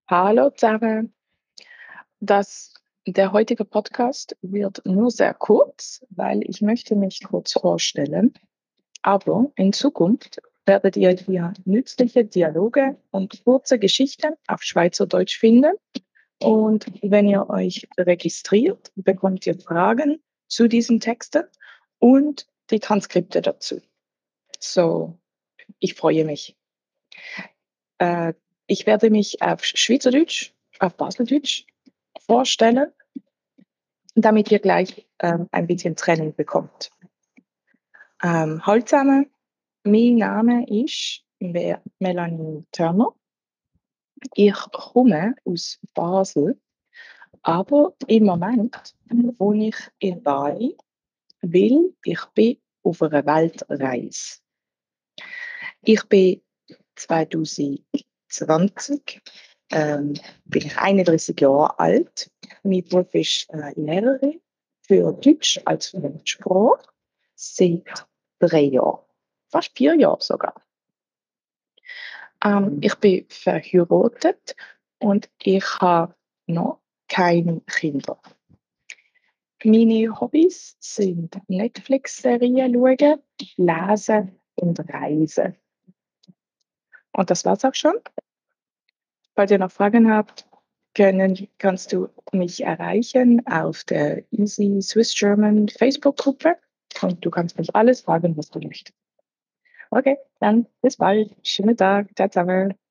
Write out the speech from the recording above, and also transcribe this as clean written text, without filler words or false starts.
Hallo zusammen. Das Der heutige Podcast wird nur sehr kurz, weil ich möchte mich kurz vorstellen. Aber in Zukunft werdet ihr hier nützliche Dialoge und kurze Geschichten auf Schweizerdeutsch finden. Und wenn ihr euch registriert, bekommt ihr Fragen zu diesen Texten und die Transkripte dazu. So, ich freue mich. Äh, Ich werde mich auf Schweizerdeutsch, auf Baseldeutsch vorstellen, damit ihr gleich ein bisschen Training bekommt. Hallo zusammen, mein Name ist Melanie Turner. Ich komme aus Basel, aber im Moment wohne ich in Bali, weil ich bin auf einer Weltreise. Ich bin 2020 bin ich 31 Jahre alt. Mein Beruf ist Lehrerin für Deutsch als Fremdsprache seit 3 Jahren, fast 4 Jahre sogar. Ich bin verheiratet und ich habe noch keine Kinder. Meine Hobbys sind Netflix-Serien schauen, lesen und reisen. Und das war's auch schon. Falls ihr noch Fragen habt, kannst du mich erreichen auf der Easy Swiss German Facebook-Gruppe und du kannst mich alles fragen, was du möchtest. Okay, dann bis bald. Schönen Tag. Ciao zusammen.